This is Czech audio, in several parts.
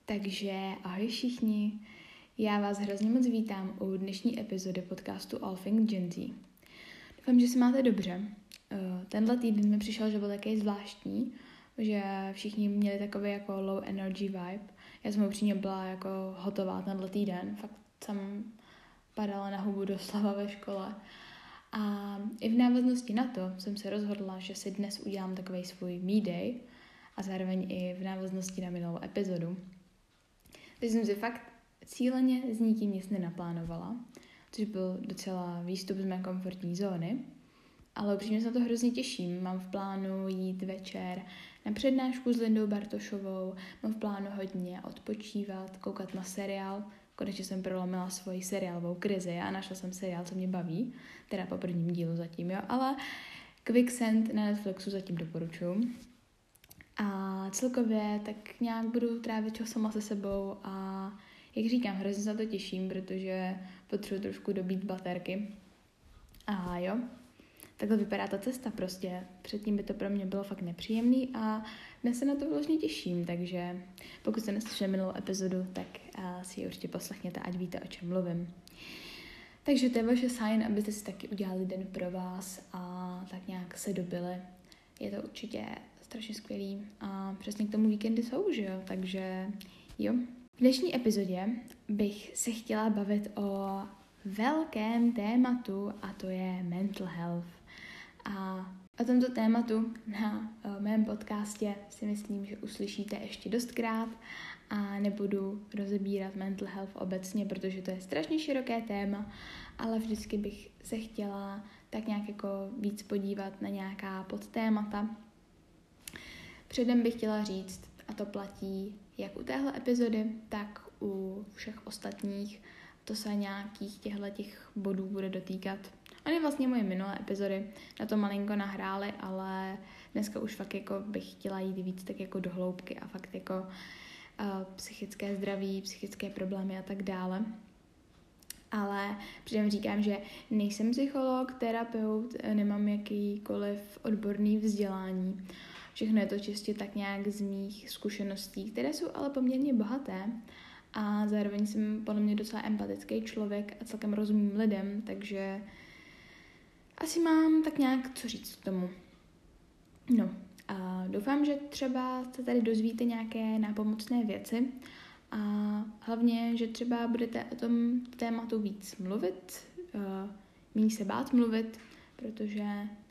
Takže ahoj všichni, já vás hrozně moc vítám u dnešní epizody podcastu All Things Gen Z. Doufám, že se máte dobře. Tenhle týden mi přišel, že byl takový zvláštní, že všichni měli takový jako low energy vibe. Já jsem upřímně byla jako hotová tenhle týden, fakt jsem padala na hubu doslova ve škole. A i v návaznosti na to jsem se rozhodla, že si dnes udělám takový svůj me day a zároveň i v návaznosti na minulou epizodu. Takže jsem si fakt cíleně s nikým nic nenaplánovala, což byl docela výstup z mé komfortní zóny, ale upřímně se na to hrozně těším. Mám v plánu jít večer na přednášku s Lindou Bartošovou, mám v plánu hodně odpočívat, koukat na seriál. Konečně jsem prolomila svoji seriálovou krizi a našla jsem seriál, co mě baví, teda po prvním dílu zatím, jo, ale Quicksand na Netflixu zatím doporučuji. A celkově tak nějak budu trávit čas sama se sebou a jak říkám, hrozně se na to těším, protože potřebuji trošku dobít baterky. A jo, takhle vypadá ta cesta prostě. Předtím by to pro mě bylo fakt nepříjemný a dnes se na to vlastně těším, takže pokud jste neslyšeli minulou epizodu, tak si ji určitě poslechněte, ať víte, o čem mluvím. Takže to je vaše sign, abyste si taky udělali den pro vás a tak nějak se dobili. Je to určitě strašně skvělý a přesně k tomu víkendy jsou, že jo, takže jo. V dnešní epizodě bych se chtěla bavit o velkém tématu a to je mental health. A o tomto tématu na mém podcastě si myslím, že uslyšíte ještě dostkrát a nebudu rozebírat mental health obecně, protože to je strašně široké téma, ale vždycky bych se chtěla tak nějak jako víc podívat na nějaká podtémata. Předem bych chtěla říct, a to platí jak u téhle epizody, tak u všech ostatních, to se nějakých těch bodů bude dotýkat. Ony vlastně moje minulé epizody na to malinko nahrály, ale dneska už fakt jako bych chtěla jít víc tak jako do hloubky a fakt jako psychické zdraví, psychické problémy a tak dále. Ale předem říkám, že nejsem psycholog, terapeut, nemám jakýkoliv odborný vzdělání. Všechno je to čistě tak nějak z mých zkušeností, které jsou ale poměrně bohaté a zároveň jsem podle mě docela empatický člověk a celkem rozumím lidem, takže asi mám tak nějak co říct k tomu. No a doufám, že třeba se tady dozvíte nějaké nápomocné věci a hlavně, že třeba budete o tom tématu víc mluvit, méně se bát mluvit, protože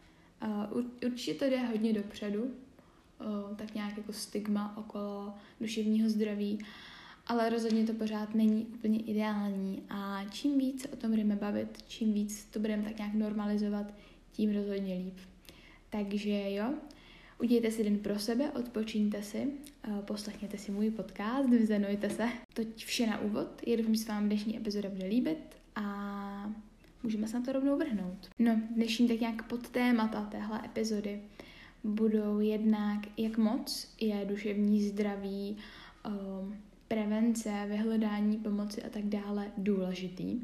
určitě to jde hodně dopředu, tak nějak jako stigma okolo duševního zdraví, ale rozhodně to pořád není úplně ideální a čím víc se o tom budeme bavit, čím víc to budeme tak nějak normalizovat, tím rozhodně líp. Takže jo, udějte si den pro sebe, odpočíňte si, poslechněte si můj podcast, vyzenujte se. To vše na úvod, já doufám, že se vám dnešní epizoda bude líbit a můžeme se na to rovnou vrhnout. No, dnešní tak nějak podtémata téhle epizody budou jednak, jak moc je duševní zdraví, prevence, vyhledání pomoci a tak dále důležitý.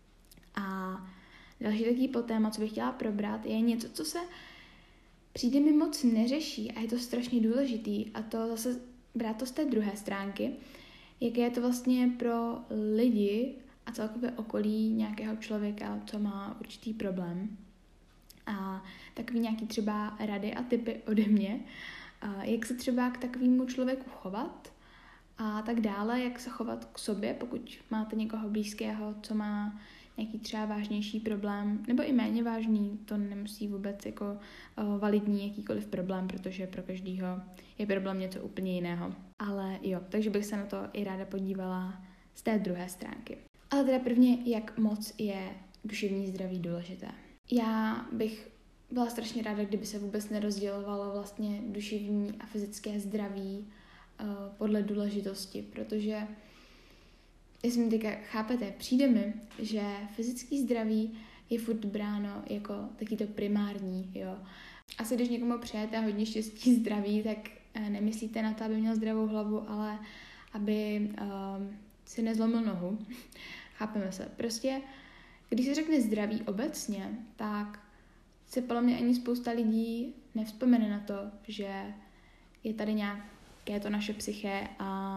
A další taký podtéma, co bych chtěla probrat, je něco, co se přijde mi moc neřeší a je to strašně důležitý a to zase brát to z té druhé stránky, jaké je to vlastně pro lidi a celkově okolí nějakého člověka, co má určitý problém. A takový nějaký třeba rady a tipy ode mě, jak se třeba k takovému člověku chovat a tak dále, jak se chovat k sobě, pokud máte někoho blízkého, co má nějaký třeba vážnější problém, nebo i méně vážný, to nemusí vůbec jako validní jakýkoliv problém, protože pro každýho je problém něco úplně jiného. Ale jo, takže bych se na to i ráda podívala z té druhé stránky. Ale teda prvně, jak moc je duševní zdraví důležité. Já bych byla strašně ráda, kdyby se vůbec nerozdělovalo vlastně duševní a fyzické zdraví podle důležitosti, protože jestli mi teďka chápete, přijde mi, že fyzický zdraví je furt bráno jako taky to primární, jo. Asi když někomu přejete hodně štěstí, zdraví, tak nemyslíte na to, aby měl zdravou hlavu, ale aby si nezlomil nohu. Chápeme se. Prostě, když se řekne zdraví obecně, tak se podle mě ani spousta lidí nevzpomene na to, že je tady nějaké to naše psyché a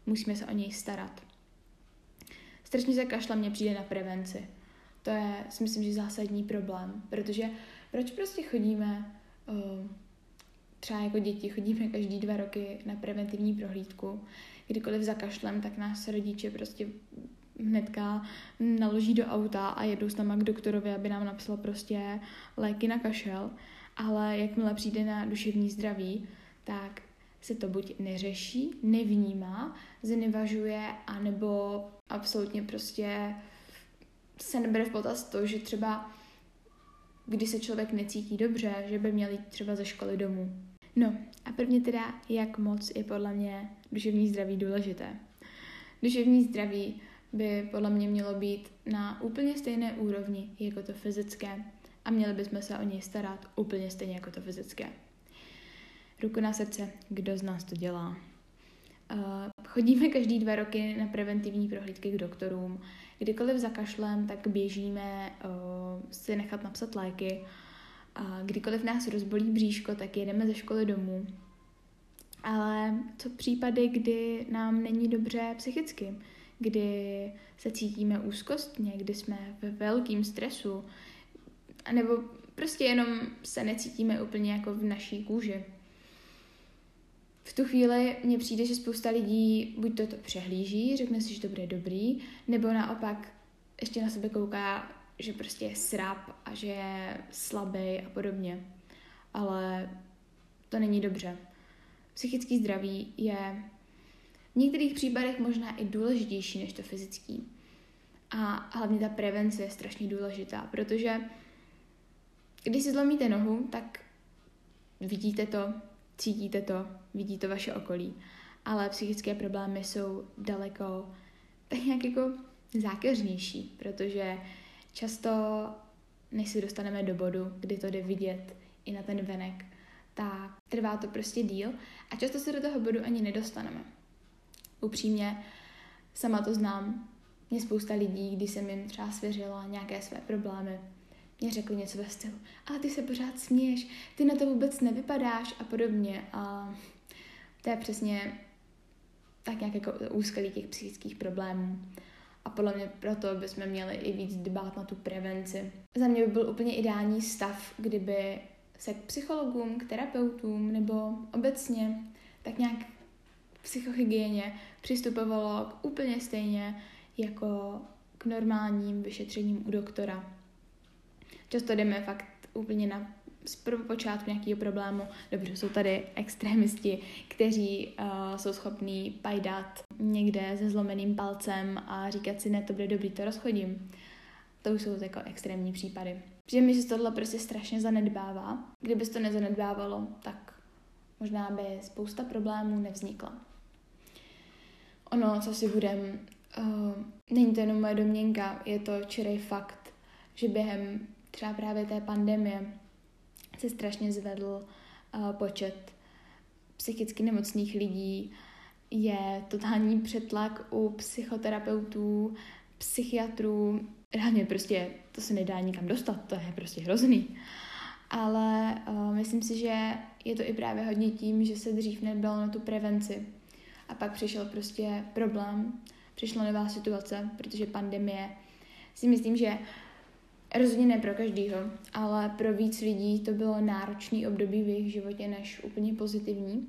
musíme se o něj starat. Strašně se kašle mně přijde na prevenci. To je, si myslím, že zásadní problém, protože proč prostě chodíme, třeba jako děti, chodíme každý 2 roky na preventivní prohlídku, kdykoliv zakašlem, tak nás rodiče prostě hnedka naloží do auta a jedou s náma k doktorovi, aby nám napsal prostě léky na kašel, ale jakmile přijde na duševní zdraví, tak se to buď neřeší, nevnímá, znevažuje, anebo absolutně prostě se nebere v potaz to, že třeba když se člověk necítí dobře, že by měl jít třeba ze školy domů. No a prvně teda, jak moc je podle mě duševní zdraví důležité. Duševní zdraví by podle mě mělo být na úplně stejné úrovni jako to fyzické a měli bychom se o něj starat úplně stejně jako to fyzické. Ruku na srdce, kdo z nás to dělá? Chodíme každý 2 roky na preventivní prohlídky k doktorům. Kdykoliv zakašlem, tak běžíme si nechat napsat léky. Kdykoliv nás rozbolí bříško, tak jedeme ze školy domů. Ale co případy, kdy nám není dobře psychicky, kdy se cítíme úzkostně, kdy jsme ve velkém stresu, nebo prostě jenom se necítíme úplně jako v naší kůži. V tu chvíli mně přijde, že spousta lidí buď to přehlíží, řekne si, že to bude dobrý, nebo naopak ještě na sebe kouká, že prostě je srap a že je slabý a podobně. Ale to není dobře. Psychické zdraví je v některých případech možná i důležitější než to fyzický. A hlavně ta prevence je strašně důležitá, protože když si zlomíte nohu, tak vidíte to, cítíte to, vidí to vaše okolí. Ale psychické problémy jsou daleko tak nějak jako zákeřnější, protože často, než se dostaneme do bodu, kdy to jde vidět i na ten venek, tak trvá to prostě díl a často se do toho bodu ani nedostaneme. Upřímně, sama to znám. Mě spousta lidí, když jsem jim třeba svěřila nějaké své problémy, mě řekli něco ve stylu, ale ty se pořád směješ, ty na to vůbec nevypadáš a podobně. A to je přesně tak nějak jako úskalí těch psychických problémů. A podle mě proto bychom měli i víc dbát na tu prevenci. Za mě by byl úplně ideální stav, kdyby se k psychologům, k terapeutům nebo obecně tak nějak k psychohygieně přistupovalo úplně stejně jako k normálním vyšetřením u doktora. Často jdeme fakt úplně z prvopočátku nějakého problému. Dobře, jsou tady extrémisti, kteří jsou schopní pajdat někde se zlomeným palcem a říkat si, ne, to bude dobrý, to rozchodím. To už jsou jako extrémní případy. Přijde mi, že se tohle prostě strašně zanedbává. Kdyby se to nezanedbávalo, tak možná by spousta problémů nevznikla. Ono, co si budem, není to jenom moje domněnka, je to čirý fakt, že během třeba právě té pandemie se strašně zvedl počet psychicky nemocných lidí, je totální přetlak u psychoterapeutů, psychiatrů, reálně prostě to se nedá nikam dostat, to je prostě hrozný. Ale myslím si, že je to i právě hodně tím, že se dřív nedbalo na tu prevenci. A pak přišel prostě problém, přišla nová situace, protože pandemie, si myslím, že rozhodně ne pro každýho, ale pro víc lidí to bylo náročný období v jejich životě než úplně pozitivní.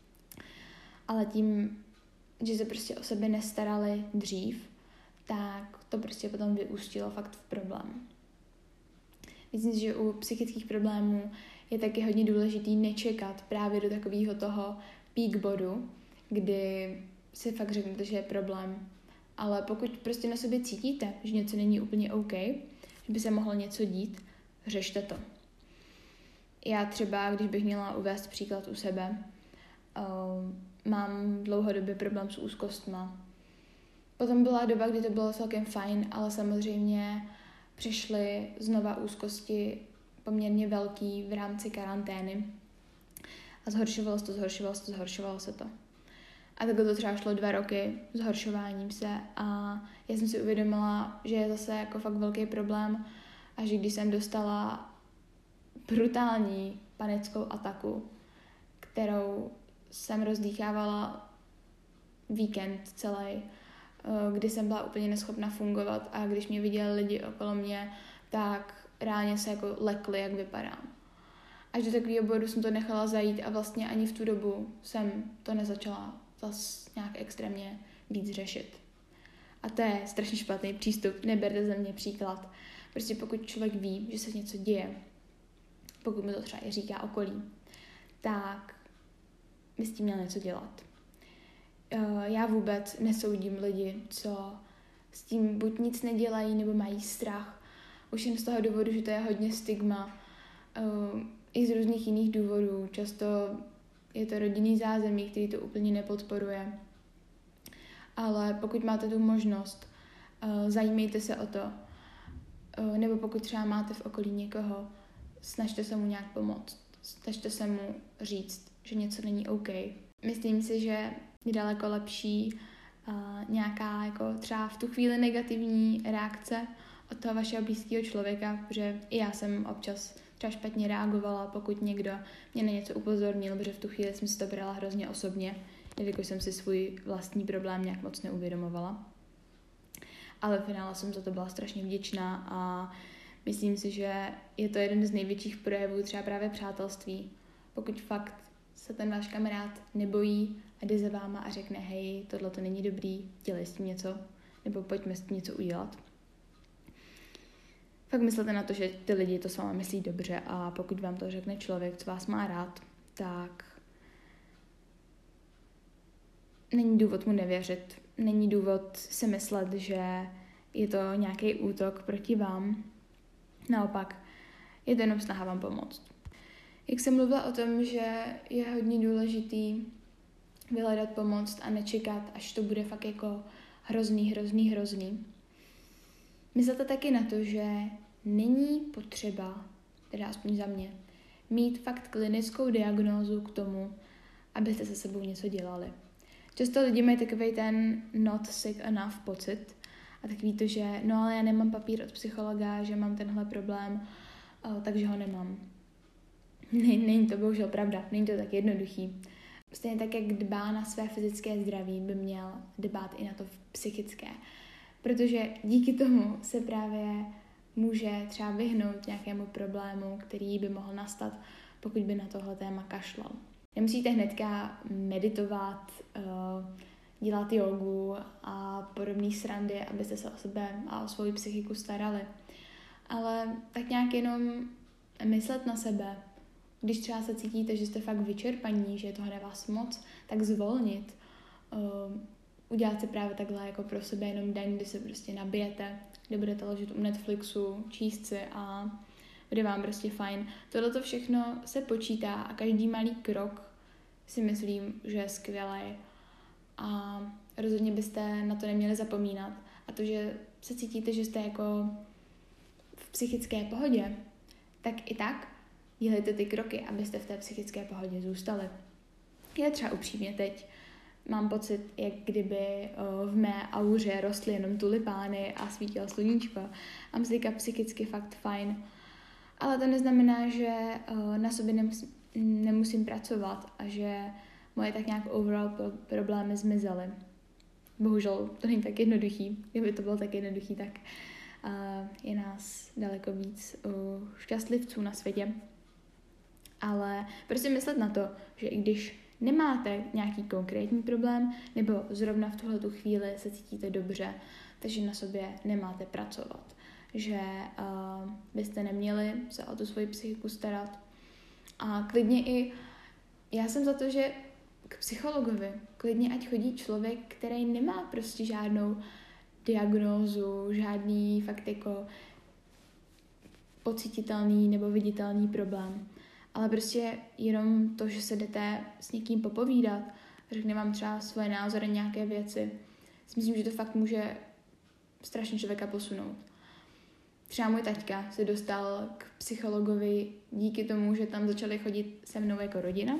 Ale tím, že se prostě o sebe nestarali dřív, tak to prostě potom vyústilo fakt v problém. Myslím si, že u psychických problémů je taky hodně důležitý nečekat právě do takového toho peak bodu, kdy si fakt řeknete, že je problém. Ale pokud prostě na sobě cítíte, že něco není úplně OK, že by se mohlo něco dít, řešte to. Já třeba, když bych měla uvést příklad u sebe, mám dlouhodobě problém s úzkostma. Potom byla doba, kdy to bylo celkem fajn, ale samozřejmě přišly znova úzkosti poměrně velký v rámci karantény. A zhoršovalo se to. A takhle to třeba šlo 2 roky zhoršováním se a já jsem si uvědomila, že je zase jako fakt velký problém a že když jsem dostala brutální panickou ataku, kterou jsem rozdýchávala víkend celý, kdy jsem byla úplně neschopna fungovat a když mě viděli lidi okolo mě, tak reálně se jako lekli, jak vypadám. Až do takového bodu jsem to nechala zajít a vlastně ani v tu dobu jsem to nezačala zase nějak extrémně víc řešit. A to je strašně špatný přístup, neberte ze mě příklad. Prostě pokud člověk ví, že se něco děje, pokud mu to třeba i říká okolí, tak by s tím měl něco dělat. Já vůbec nesoudím lidi, co s tím buď nic nedělají, nebo mají strach. Už jen z toho důvodu, že to je hodně stigma. I z různých jiných důvodů. Často je to rodinný zázemí, který to úplně nepodporuje. Ale pokud máte tu možnost, zajímejte se o to. Nebo pokud třeba máte v okolí někoho, snažte se mu nějak pomoct. Snažte se mu říct, že něco není OK. Myslím si, že je daleko lepší nějaká jako třeba v tu chvíli negativní reakce od toho vašeho blízkého člověka, protože i já jsem občas třeba špatně reagovala, pokud někdo mě na něco upozornil, protože v tu chvíli jsem si to brala hrozně osobně, jelikož jsem si svůj vlastní problém nějak moc neuvědomovala. Ale v finále jsem za to byla strašně vděčná a myslím si, že je to jeden z největších projevů třeba právě přátelství. Pokud fakt se ten váš kamarád nebojí a jde za váma a řekne, hej, tohle to není dobrý, dělej s tím něco, nebo pojďme s tím něco udělat. Fakt myslete na to, že ty lidi to s váma myslí dobře a pokud vám to řekne člověk, co vás má rád, tak není důvod mu nevěřit. Není důvod si myslet, že je to nějaký útok proti vám. Naopak, je to jenom snaha vám pomoct. Jak jsem mluvila o tom, že je hodně důležitý vyhledat pomoc a nečekat, až to bude fakt jako hrozný. Myslete taky na to, že není potřeba, teda aspoň za mě, mít fakt klinickou diagnózu k tomu, abyste se sebou něco dělali. Často lidi mají takovej ten not sick enough pocit a takový to, že no ale já nemám papír od psychologa, že mám tenhle problém, takže ho nemám. Není to bohužel pravda, není to tak jednoduchý. Stejně tak, jak dbá na své fyzické zdraví, by měl dbát i na to psychické. Protože díky tomu se právě může třeba vyhnout nějakému problému, který by mohl nastat, pokud by na tohle téma kašlal. Nemusíte hnedka meditovat, dělat jogu a podobné srandy, abyste se o sebe a o svou psychiku starali. Ale tak nějak jenom myslet na sebe. Když třeba se cítíte, že jste fakt vyčerpaní, že je toho na vás moc, tak zvolnit. Udělat si právě takhle jako pro sebe jenom den, kdy se prostě nabijete, kde budete ležet u Netflixu, číst si a bude vám prostě fajn. Tohle všechno se počítá a každý malý krok si myslím, že je skvělý. A rozhodně byste na to neměli zapomínat. A to, že se cítíte, že jste jako v psychické pohodě, tak i tak dělejte ty kroky, abyste v té psychické pohodě zůstali. Já třeba upřímně teď mám pocit, jak kdyby v mé auře rostly jenom tulipány a svítilo sluníčko. A mám se psychicky fakt fajn. Ale to neznamená, že na sobě nemusím pracovat a že moje tak nějak overall problémy zmizely. Bohužel to není tak jednoduchý. Kdyby to bylo tak jednoduchý, tak je nás daleko víc šťastlivců na světě. Ale prostě myslet na to, že i když nemáte nějaký konkrétní problém, nebo zrovna v tuhletu chvíli se cítíte dobře, takže na sobě nemáte pracovat. Že byste neměli se o tu svoji psychiku starat. A klidně i, já jsem za to, že k psychologovi klidně ať chodí člověk, který nemá prostě žádnou diagnózu, žádný fakt jako pocititelný nebo viditelný problém. Ale prostě jenom to, že se jdete s někým popovídat, řekne vám třeba svoje názory na nějaké věci, si myslím, že to fakt může strašně člověka posunout. Třeba můj taťka se dostal k psychologovi díky tomu, že tam začali chodit se mnou jako rodina.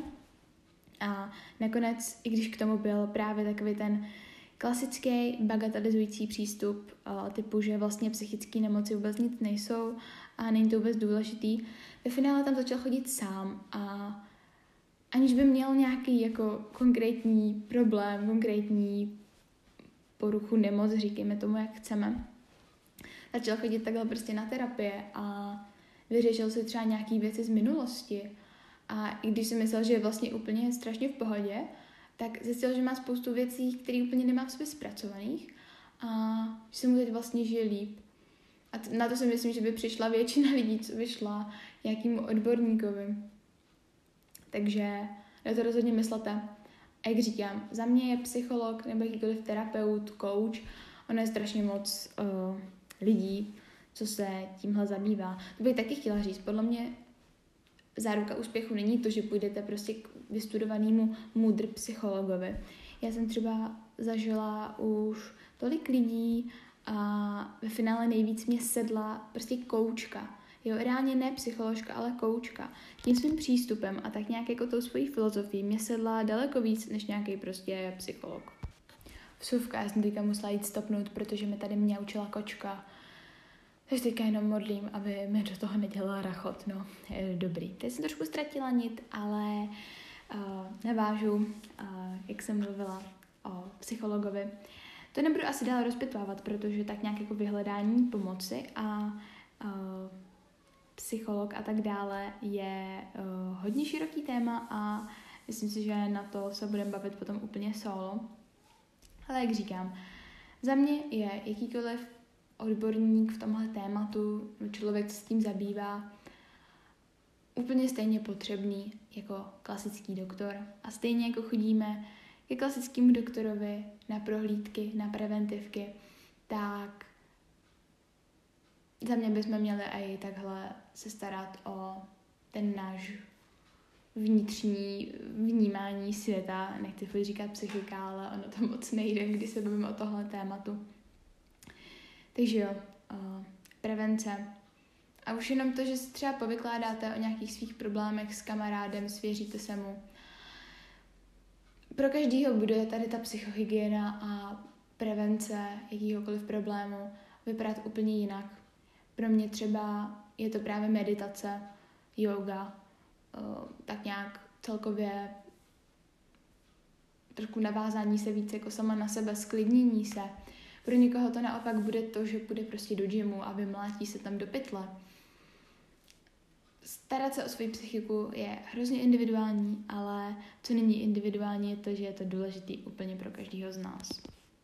A nakonec, i když k tomu byl právě takový ten klasický bagatelizující přístup typu, že vlastně psychické nemoci vůbec nic nejsou a není to vůbec důležitý, ve finále tam začal chodit sám a aniž by měl nějaký jako konkrétní problém, konkrétní poruchu, nemoc, říkejme tomu, jak chceme. Začal chodit takhle prostě na terapie a vyřešil si třeba nějaký věci z minulosti. A i když si myslel, že je vlastně úplně strašně v pohodě, tak zjistil, že má spoustu věcí, které úplně nemá v sobě zpracovaných a že se mu teď vlastně žije líp. A na to si myslím, že by přišla většina lidí, co vyšla nějakému odborníkovi. Takže na to rozhodně myslete. A jak říkám, za mě je psycholog nebo jakýkoliv terapeut, coach, ono je strašně moc lidí, co se tímhle zabývá. To bych taky chtěla říct. Podle mě záruka úspěchu není to, že půjdete prostě k vystudovanému můdr psychologovi. Já jsem třeba zažila už tolik lidí a ve finále nejvíc mě sedla prostě koučka. Jo, reálně ne psycholožka, ale koučka. Tím svým přístupem a tak nějak jako tou svojí filozofií mě sedla daleko víc než nějaký prostě psycholog. Vsuvka, já jsem teďka musela jít stopnout, protože mi tady mňaučila kočka. Takže teďka jenom modlím, aby mi do toho nedělala rachot. No, dobrý. Teď jsem trošku ztratila nit, ale navážu, jak jsem mluvila o psychologovi. To nebudu asi dál rozpitvávat, protože tak nějak jako vyhledání pomoci a psycholog a tak dále je hodně široký téma a myslím si, že na to se budeme bavit potom úplně solo. Ale jak říkám, za mě je jakýkoliv odborník v tomhle tématu, člověk, co s tím zabývá, úplně stejně potřebný jako klasický doktor. A stejně jako chodíme ke klasickému doktorovi na prohlídky, na preventivky, tak za mě bychom měli i takhle se starat o ten náš vnitřní vnímání světa. Nechci furt říkat psychika, ale ono to moc nejde, když se bavíme o tohle tématu. Takže jo, prevence. A už jenom to, že si třeba povykládáte o nějakých svých problémech s kamarádem, svěříte se mu. Pro každýho bude tady ta psychohygiena a prevence jakýhokoliv problému vypadat úplně jinak. Pro mě třeba je to právě meditace, yoga, tak nějak celkově trošku navázání se víc jako sama na sebe, sklidnění se. Pro někoho to naopak bude to, že půjde prostě do gymu a vymlátí se tam do pytle. Starat se o svou psychiku je hrozně individuální, ale co není individuální je to, že je to důležitý úplně pro každého z nás.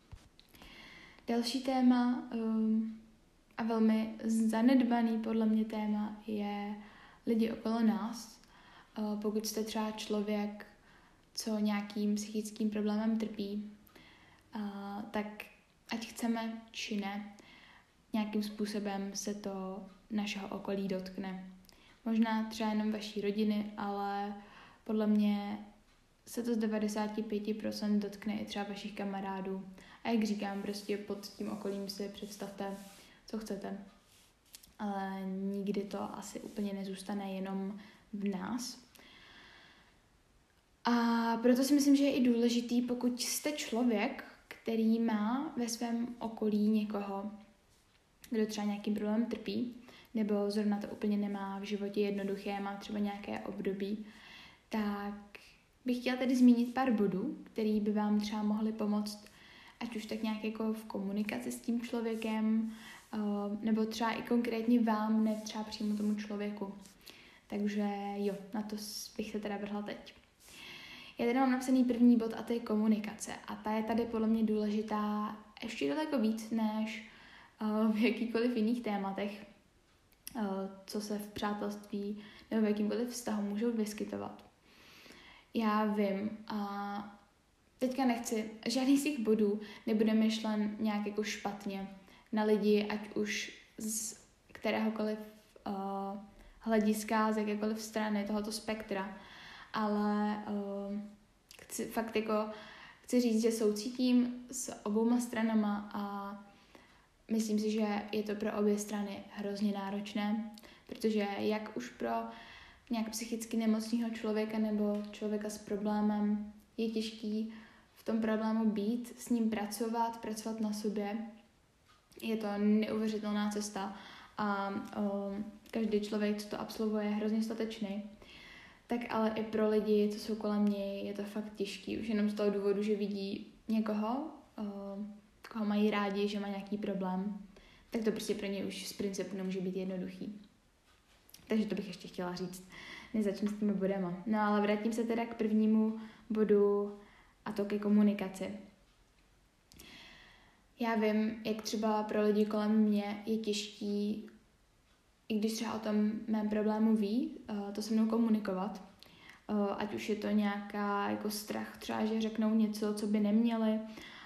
Další téma a velmi zanedbaný podle mě téma je lidi okolo nás. Pokud jste třeba člověk, co nějakým psychickým problémem trpí, tak ať chceme či ne, nějakým způsobem se to našeho okolí dotkne. Možná třeba jenom vaší rodiny, ale podle mě se to z 95% dotkne i třeba vašich kamarádů. A jak říkám, prostě pod tím okolím si představte, co chcete. Ale nikdy to asi úplně nezůstane jenom v nás. A proto si myslím, že je i důležitý, pokud jste člověk, který má ve svém okolí někoho, kdo třeba nějakým problémem trpí, nebo zrovna to úplně nemá v životě jednoduché, má třeba nějaké období, tak bych chtěla tady zmínit pár bodů, který by vám třeba mohly pomoct, ať už tak nějak jako v komunikaci s tím člověkem, nebo třeba i konkrétně vám, ne třeba přímo tomu člověku. Takže jo, na to bych se teda vrhla teď. Já tady mám napsaný první bod a to je komunikace. A ta je tady podle mě důležitá ještě daleko víc než v jakýkoliv jiných tématech, co se v přátelství nebo v jakýmkoliv vztahu můžou vyskytovat. Já vím a teďka nechci, žádný z těch bodů nebude myšlen nějak jako špatně na lidi, ať už z kteréhokoliv hlediska, z jakékoliv strany tohoto spektra, ale chci říct, že soucítím s obouma stranama a myslím si, že je to pro obě strany hrozně náročné, protože jak už pro nějak psychicky nemocného člověka nebo člověka s problémem je těžký v tom problému být, s ním pracovat na sobě. Je to neuvěřitelná cesta a každý člověk, co to absolvuje, je hrozně statečný. tak ale i pro lidi, co jsou kolem něj, je to fakt těžký. Už jenom z toho důvodu, že vidí někoho, koho mají rádi, že má nějaký problém, tak to prostě pro ně už z principu nemůže být jednoduchý. Takže to bych ještě chtěla říct. Nezačnu s těmi bodama. No ale vrátím se teda k prvnímu bodu, a to ke komunikaci. Já vím, jak třeba pro lidi kolem mě je těžký, i když třeba o tom mém problému ví, to se mnou komunikovat. Ať už je to nějaká jako strach třeba, že řeknou něco, co by neměli,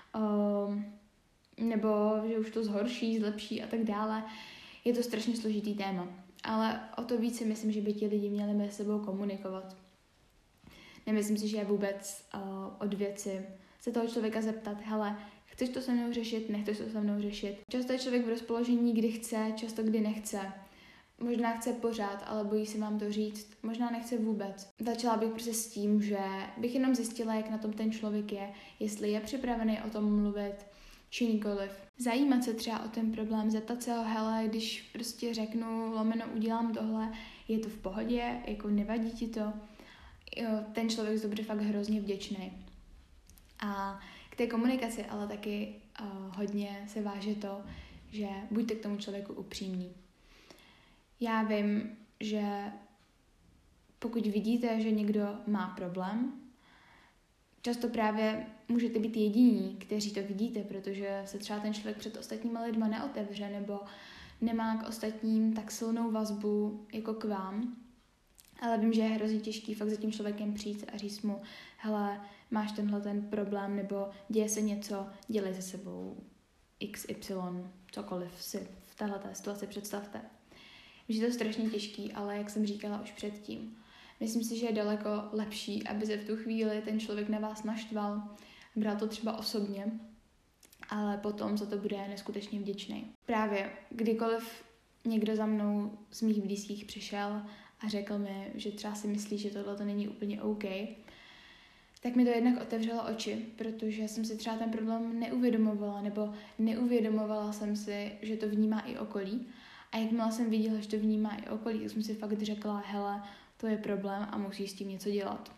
nebo že už to zhorší, zlepší a tak dále. Je to strašně složitý téma. Ale o to víc si myslím, že by ti lidi měli mezi sebou komunikovat. Nemyslím si, že je vůbec od věci se toho člověka zeptat, hele, chceš to se mnou řešit, nechceš to se mnou řešit. Často je člověk v rozpoložení, kdy chce, často kdy nechce. Možná chce pořád, ale bojí se vám to říct. Možná nechce vůbec. Začala bych prostě s tím, že bych jenom zjistila, jak na tom ten člověk je, jestli je připravený o tom mluvit, či nikoliv. Zajímat se třeba o ten problém, zeptat se ho, hele, když prostě řeknu, lomeno udělám tohle, je to v pohodě, jako nevadí ti to. Jo, ten člověk je dobře fakt hrozně vděčný. A k té komunikaci ale taky hodně se váže to, že buďte k tomu člověku upřímní. Já vím, že pokud vidíte, že někdo má problém, často právě můžete být jediní, kteří to vidíte, protože se třeba ten člověk před ostatníma lidma neotevře nebo nemá k ostatním tak silnou vazbu jako k vám. Ale vím, že je hrozně těžký fakt za tím člověkem přijít a říct mu, hele, máš tenhle ten problém nebo děje se něco, dělej se sebou XY, cokoliv si v téhleté situaci představte. Vím, že to je strašně těžký, ale jak jsem říkala už předtím, myslím si, že je daleko lepší, aby se v tu chvíli ten člověk na vás naštval, bral to třeba osobně, ale potom za to bude neskutečně vděčný. Právě kdykoliv někdo za mnou z mých blízkých přišel a řekl mi, že třeba si myslí, že tohle to není úplně OK, tak mi to jednak otevřelo oči, protože jsem si třeba ten problém neuvědomovala, nebo neuvědomovala jsem si, že to vnímá i okolí. A jakmile jsem viděla, že to vnímá i okolí, tak jsem si fakt řekla, hele, to je problém a musíš s tím něco dělat.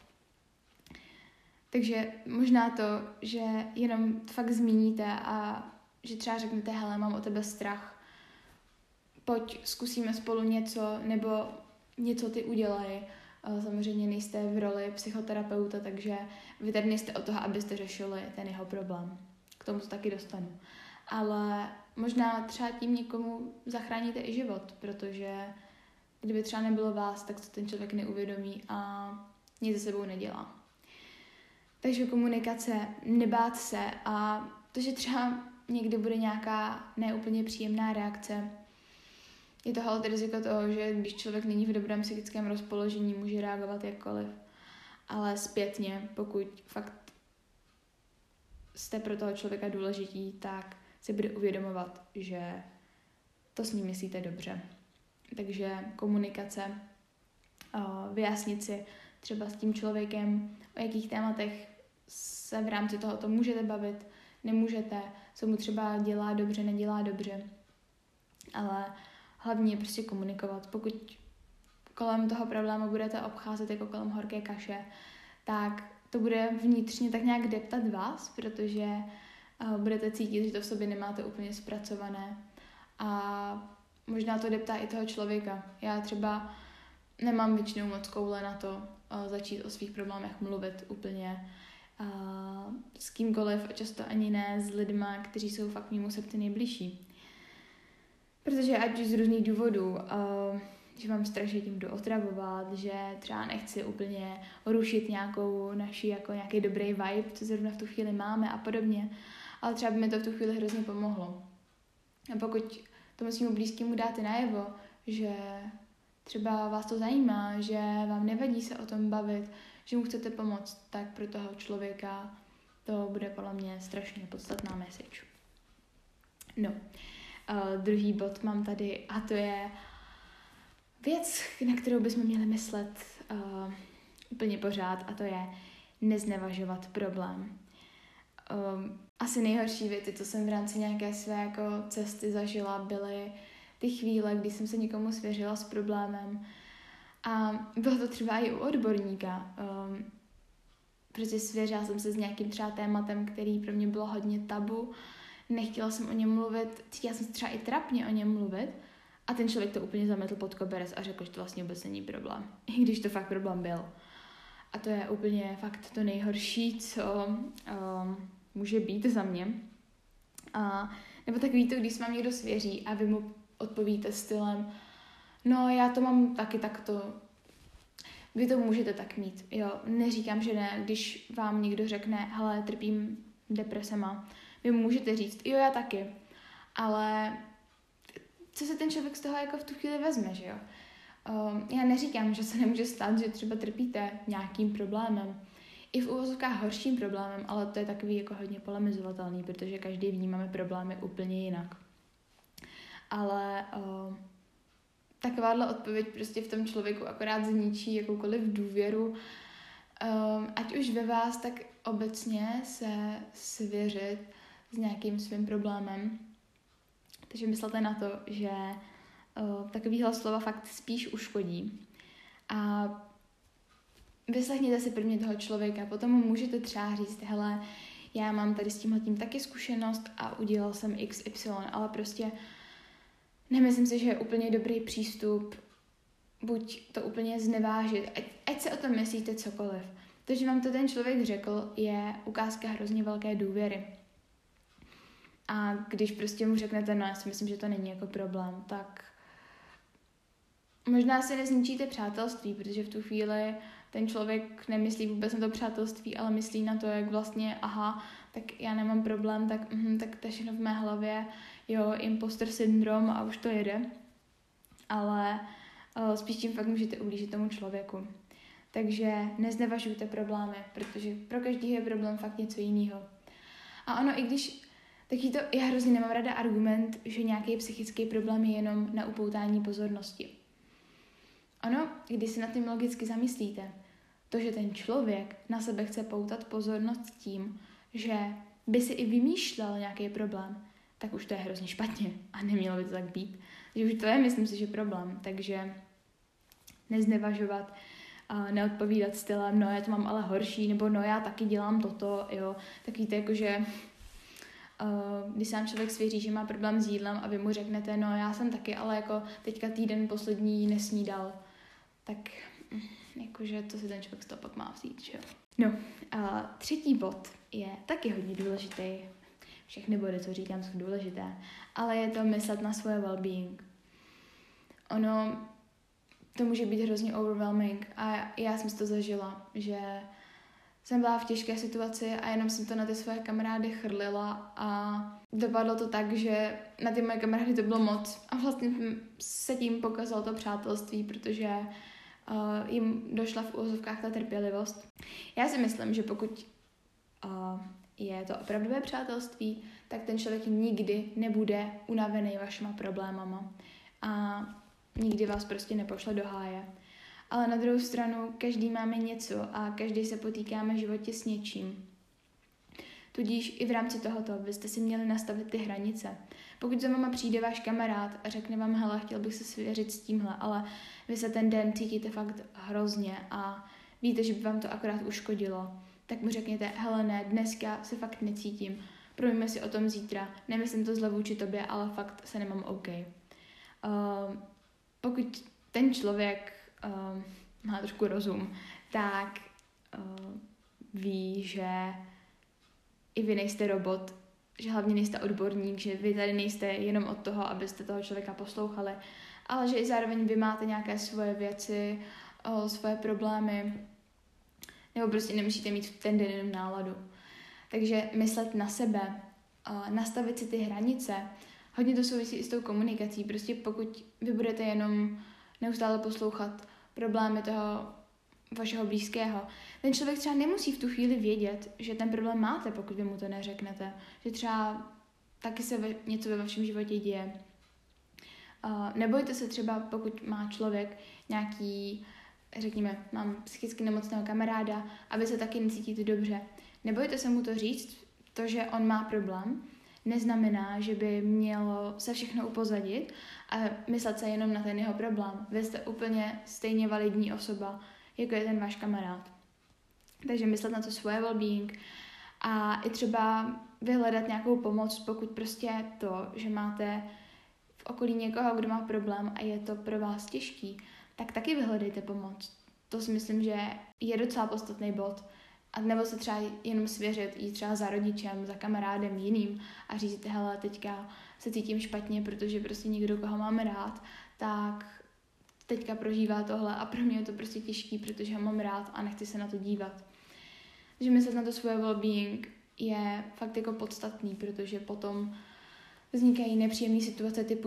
Takže možná to, že jenom fakt zmíníte a že třeba řeknete, hele, mám o tebe strach, pojď, zkusíme spolu něco, nebo něco ty udělej. Samozřejmě nejste v roli psychoterapeuta, takže vy tady nejste o toho, abyste řešili ten jeho problém. K tomu se taky dostanu. Ale možná třeba tím někomu zachráníte i život, protože kdyby třeba nebylo vás, tak to ten člověk neuvědomí a nic ze sebou nedělá. Takže komunikace, nebát se a to, že třeba někdy bude nějaká neúplně příjemná reakce, je to halt riziko toho, že když člověk není v dobrém psychickém rozpoložení, může reagovat jakkoliv. Ale zpětně, pokud fakt jste pro toho člověka důležití, tak si bude uvědomovat, že to s ním myslíte dobře. Takže komunikace, vyjasnit si třeba s tím člověkem, o jakých tématech se v rámci tohoto můžete bavit, nemůžete, co mu třeba dělá dobře, nedělá dobře. Ale hlavně prostě komunikovat. Pokud kolem toho problému budete obcházet jako kolem horké kaše, tak to bude vnitřně tak nějak deptat vás, protože budete cítit, že to v sobě nemáte úplně zpracované. A možná to deptá i toho člověka. Já třeba nemám většinou moc koule na to začít o svých problémech mluvit úplně s kýmkoliv a často ani ne s lidma, kteří jsou fakt mému srdci nejbližší. Protože ať už z různých důvodů, že mám strach, že tím budu otravovat, že třeba nechci úplně rušit nějakou naši jako nějaký dobrý vibe, co zrovna v tu chvíli máme a podobně, ale třeba by mi to v tu chvíli hrozně pomohlo. A pokud tomu svému blízkému dáte najevo, že třeba vás to zajímá, že vám nevadí se o tom bavit, že mu chcete pomoct, tak pro toho člověka to bude podle mě strašně podstatná message. No, druhý bod mám tady a to je věc, na kterou bychom měli myslet úplně pořád, a to je neznevažovat problém. Asi nejhorší věci, co jsem v rámci nějaké své jako cesty zažila, byly ty chvíle, kdy jsem se někomu svěřila s problémem A bylo to třeba i u odborníka. Protože svěřila jsem se s nějakým třeba tématem, který pro mě bylo hodně tabu. Nechtěla jsem o něm mluvit, cítila jsem se třeba i trapně o něm mluvit. A ten člověk to úplně zametl pod koberec a řekl, že to vlastně vůbec není problém. I když to fakt problém byl. A to je úplně fakt to nejhorší, co může být za mě. Nebo takový to, když se vám někdo svěří a vy mu odpovíte stylem, no já to mám taky takto. Vy to můžete tak mít, jo. Neříkám, že ne, když vám někdo řekne, hele, trpím depresema. Vy mu můžete říct, jo, já taky. Ale co se ten člověk z toho jako v tu chvíli vezme, že jo? Já neříkám, že se nemůže stát, že třeba trpíte nějakým problémem. I v uvozovkách horším problémem, ale to je takový jako hodně polemizovatelný, protože každý vnímáme problémy úplně jinak. Ale takováhle odpověď prostě v tom člověku akorát zničí jakoukoliv důvěru, ať už ve vás, tak obecně se svěřit s nějakým svým problémem. Takže myslete na to, že takovýhle slova fakt spíš uškodí. A vyslechněte si prvně toho člověka, potom mu můžete třeba říct, hele, já mám tady s tímhletím taky zkušenost a udělal jsem XY, ale prostě nemyslím si, že je úplně dobrý přístup buď to úplně znevážit, ať se o tom myslíte cokoliv. To, že vám to ten člověk řekl, je ukázka hrozně velké důvěry. A když prostě mu řeknete, no já si myslím, že to není jako problém, tak možná se nezničíte přátelství, protože v tu chvíli ten člověk nemyslí vůbec na to přátelství, ale myslí na to, jak vlastně, aha, tak já nemám problém, tak to je všechno v mé hlavě, jo, imposter syndrom a už to jede. Ale spíš tím fakt můžete ublížit tomu člověku. Takže neznevažujte problémy, protože pro každého je problém fakt něco jiného. A ono, i když taky to, já hrozně nemám ráda argument, že nějaký psychický problém je jenom na upoutání pozornosti. Ono, když si nad tím logicky zamyslíte, to, že ten člověk na sebe chce poutat pozornost tím, že by si i vymýšlel nějaký problém, tak už to je hrozně špatně a nemělo by to tak být. Takže už to je, myslím si, že problém. Takže neznevažovat, neodpovídat stylem, no já to mám ale horší, nebo no já taky dělám toto, jo. Tak víte, jakože když se vám člověk svěří, že má problém s jídlem a vy mu řeknete, no já jsem taky, ale jako teďka týden poslední nesnídal, tak jakože to si ten člověk z toho pak má vzít, že jo. No, třetí bod je taky hodně důležitý. Všechny body, co říkám, jsou důležité, ale je to myslet na svoje well-being. Ono, to může být hrozně overwhelming a já jsem si to zažila, že jsem byla v těžké situaci a jenom jsem to na ty svoje kamarády chrlila a dopadlo to tak, že na ty moje kamarády to bylo moc a vlastně se tím pokazalo to přátelství, protože jim došla v uvozovkách ta trpělivost. Já si myslím, že pokud je to opravdové přátelství, tak ten člověk nikdy nebude unavený vašima problémama a nikdy vás prostě nepošle do háje. Ale na druhou stranu, každý máme něco a každý se potýkáme v životě s něčím. Tudíž i v rámci tohoto byste si měli nastavit ty hranice. Pokud za váma přijde váš kamarád a řekne vám, hele, chtěl bych se svěřit s tímhle, ale vy se ten den cítíte fakt hrozně a víte, že by vám to akorát uškodilo, tak mu řekněte, hele ne, dneska se fakt necítím, promíme si o tom zítra, nemyslím to zle vůči tobě, ale fakt se nemám OK. Pokud ten člověk má trošku rozum, tak ví, že i vy nejste robot, že hlavně nejste odborník, že vy tady nejste jenom od toho, abyste toho člověka poslouchali, ale že i zároveň vy máte nějaké svoje věci, svoje problémy, nebo prostě nemusíte mít v ten den jenom náladu. Takže myslet na sebe, nastavit si ty hranice, hodně to souvisí i s tou komunikací. Prostě pokud vy budete jenom neustále poslouchat problémy toho vašeho blízkého, ten člověk třeba nemusí v tu chvíli vědět, že ten problém máte, pokud vy mu to neřeknete. Že třeba taky se něco ve vašem životě děje. Nebojte se třeba, pokud má člověk nějaký, řekněme, mám psychicky nemocného kamaráda a vy se taky necítíte dobře. Nebojte se mu to říct, to, že on má problém. neznamená, že by mělo se všechno upozadit a myslet se jenom na ten jeho problém. Vy jste úplně stejně validní osoba, jako je ten váš kamarád. Takže myslet na to svoje well-being a i třeba vyhledat nějakou pomoc, pokud prostě to, že máte v okolí někoho, kdo má problém a je to pro vás těžký, tak taky vyhledejte pomoc. To si myslím, že je docela podstatný bod. A nebo se třeba jenom svěřit, jít třeba za rodičem, za kamarádem jiným a říct, hele, teďka se cítím špatně, protože prostě někdo, koho mám rád, tak teďka prožívá tohle a pro mě je to prostě těžký, protože ho mám rád a nechci se na to dívat. Takže myslet na to svoje well-being je fakt jako podstatný, protože potom vznikají nepříjemné situace typu,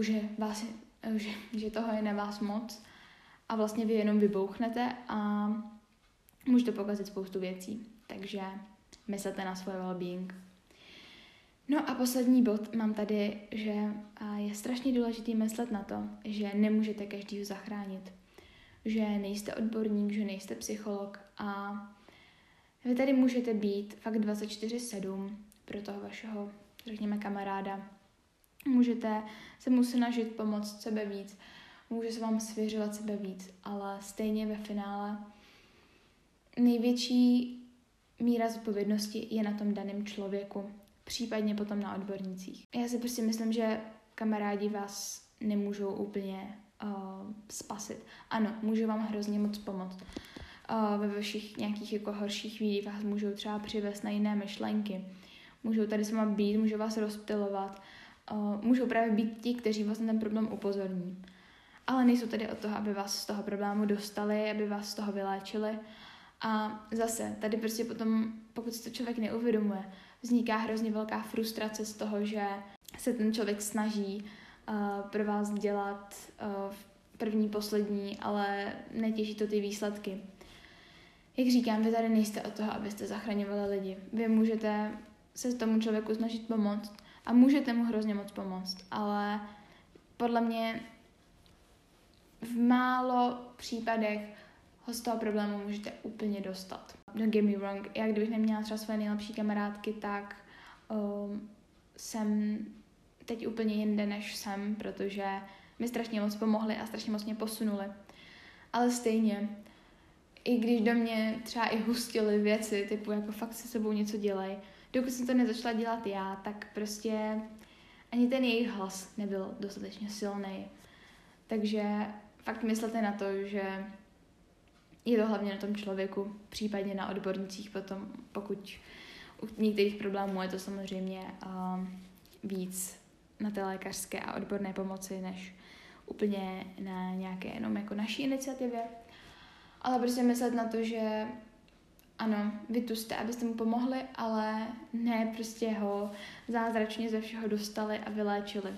že toho je na vás moc a vlastně vy jenom vybouchnete a můžete pokazit spoustu věcí. Takže myslete na svoje well-being. No a poslední bod mám tady, že je strašně důležitý myslet na to, že nemůžete každýho zachránit. Že nejste odborník, že nejste psycholog a vy tady můžete být fakt 24/7 pro toho vašeho, řekněme, kamaráda. Můžete se mu snažit pomoct sebe víc, může se vám svěřovat sebe víc, ale stejně ve finále největší míra zodpovědnosti je na tom daném člověku, případně potom na odbornících. Já si prostě myslím, že kamarádi vás nemůžou úplně spasit. Ano, můžu vám hrozně moc pomoct. Ve vašich nějakých jako horších chvílích vás můžou třeba přivést na jiné myšlenky. Můžou tady s vámi být, můžou vás rozptylovat. Můžou právě být ti, kteří vás na ten problém upozorní. Ale nejsou tady od toho, aby vás z toho problému dostali, aby vás z toho vyléčili. A zase, tady prostě potom, pokud si to člověk neuvědomuje, vzniká hrozně velká frustrace z toho, že se ten člověk snaží pro vás dělat první, poslední, ale netěží to ty výsledky. Jak říkám, vy tady nejste od toho, abyste zachraňovali lidi. Vy můžete se tomu člověku snažit pomoct a můžete mu hrozně moc pomoct, ale podle mě v málo případech ho z toho problému můžete úplně dostat. Don't get me wrong, já kdybych neměla třeba své nejlepší kamarádky, tak jsem teď úplně jinde, než jsem, protože mi strašně moc pomohly a strašně moc mě posunuli. Ale stejně, i když do mě třeba i hustily věci, typu jako fakt se sebou něco dělej, dokud jsem to nezačala dělat já, tak prostě ani ten jejich hlas nebyl dostatečně silný. Takže fakt myslete na to, že je to hlavně na tom člověku, případně na odbornicích potom, pokud u některých problémů je to samozřejmě víc na té lékařské a odborné pomoci, než úplně na nějaké jenom jako naší iniciativě. Ale prostě myslet na to, že ano, vy tu jste, abyste mu pomohli, ale ne prostě ho zázračně ze všeho dostali a vyléčili.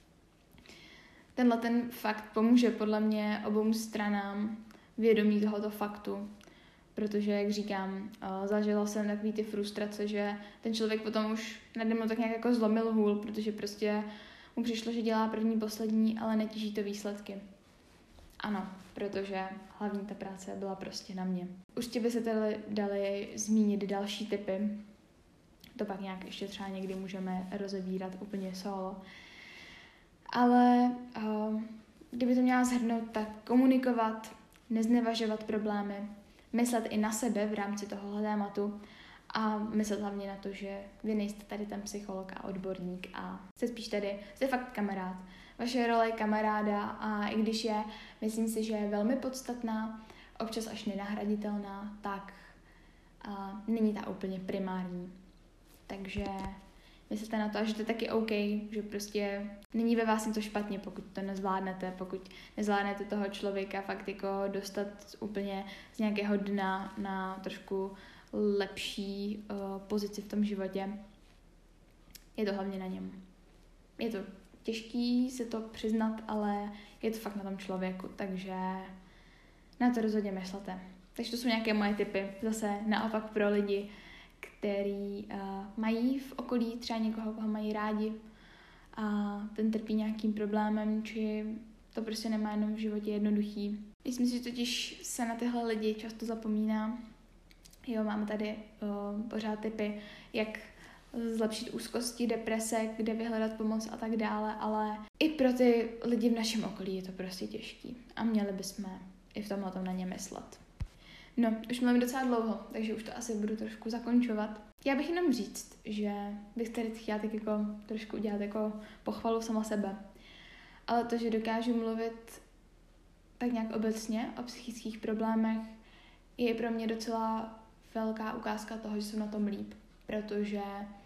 Tenhle ten fakt pomůže podle mě obou stranám vědomí tohoto faktu, protože, jak říkám, zažila jsem takový ty frustrace, že ten člověk potom už nade mnou tak nějak jako zlomil hůl, protože prostě mu přišlo, že dělá první, poslední, ale netěží to výsledky. Ano, protože hlavní ta práce byla prostě na mě. Určitě by se tady dali zmínit další tipy, to pak nějak ještě třeba někdy můžeme rozebírat úplně solo. Ale kdyby to měla shrnout, tak komunikovat, neznevažovat problémy, myslet i na sebe v rámci toho tématu a myslet hlavně na to, že vy nejste tady ten psycholog a odborník a jste spíš tady, jste fakt kamarád. Vaše role je kamaráda a i když je, myslím si, že je velmi podstatná, občas až nenahraditelná, tak není ta úplně primární. Takže myslíte na to, že to je taky OK, že prostě není ve vás něco špatně, pokud to nezvládnete, pokud nezvládnete toho člověka fakt jako dostat úplně z nějakého dna na trošku lepší pozici v tom životě. Je to hlavně na něm. Je to těžký se to přiznat, ale je to fakt na tom člověku, takže na to rozhodně myslete. Takže to jsou nějaké moje tipy. Zase naopak pro lidi, který mají v okolí třeba někoho, koho mají rádi a ten trpí nějakým problémem, či to prostě nemá jenom v životě jednoduchý. Myslím si, že totiž se na tyhle lidi často zapomíná. Jo, máme tady pořád tipy, jak zlepšit úzkosti, deprese, kde vyhledat pomoc a tak dále, ale i pro ty lidi v našem okolí je to prostě těžký a měli bychom i v tomhle na ně myslet. No, už mluvím docela dlouho, takže už to asi budu trošku zakončovat. Já bych jenom říct, že bych tady chtěla tak jako trošku udělat jako pochvalu sama sebe. Ale to, že dokážu mluvit tak nějak obecně o psychických problémech, je pro mě docela velká ukázka toho, že jsem na tom líp. Protože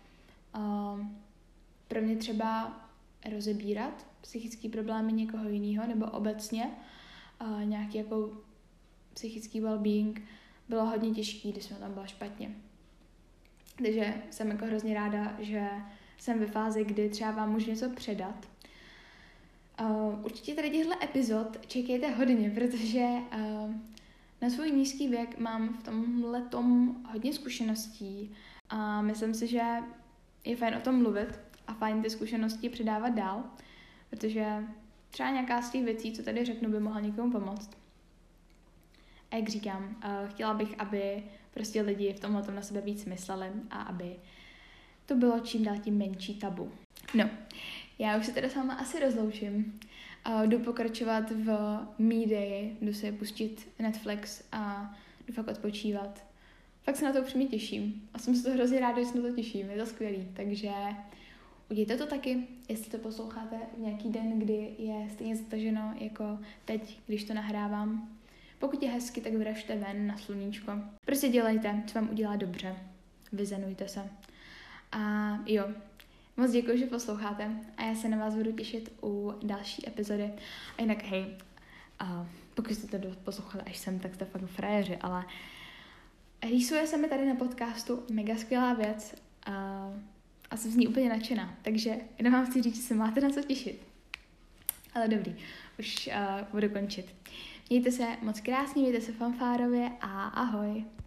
pro mě třeba rozebírat psychické problémy někoho jiného nebo obecně nějaký jako psychický well-being bylo hodně těžký, když jsem tam byla špatně. Takže jsem jako hrozně ráda, že jsem ve fázi, kdy třeba vám můžu něco předat. Určitě tady těchto epizod čekejte hodně, protože na svůj nízký věk mám v tomhletom hodně zkušeností a myslím si, že je fajn o tom mluvit a fajn ty zkušenosti předávat dál, protože třeba nějaká z těch věcí, co tady řeknu, by mohla někomu pomoct. A jak říkám, chtěla bych, aby prostě lidi v tomhletom na sebe víc mysleli a aby to bylo čím dál tím menší tabu. No, já už se teda s váma asi rozloučím. Jdu pokračovat v Me Day, jdu si pustit Netflix a jdu fakt odpočívat. Fakt se na to upřímně těším. A jsem se to hrozně ráda, že se na to těším. Je to skvělý. Takže udějte to taky, jestli to posloucháte v nějaký den, kdy je stejně zataženo jako teď, když to nahrávám. Pokud je hezky, tak vyražte ven na sluníčko. Prostě dělejte, co vám udělá dobře. Vyzenujte se. A jo, moc děkuji, že posloucháte a já se na vás budu těšit u další epizody. A jinak hej, pokud jste to poslouchali až sem, tak jste fakt frajeři, ale rýsuje se mi tady na podcastu mega skvělá věc a jsem z ní úplně nadšená. Takže jenom vám chci říct, že se máte na co těšit. Ale dobrý, už budu končit. Mějte se moc krásně, mějte se fanfárově a ahoj.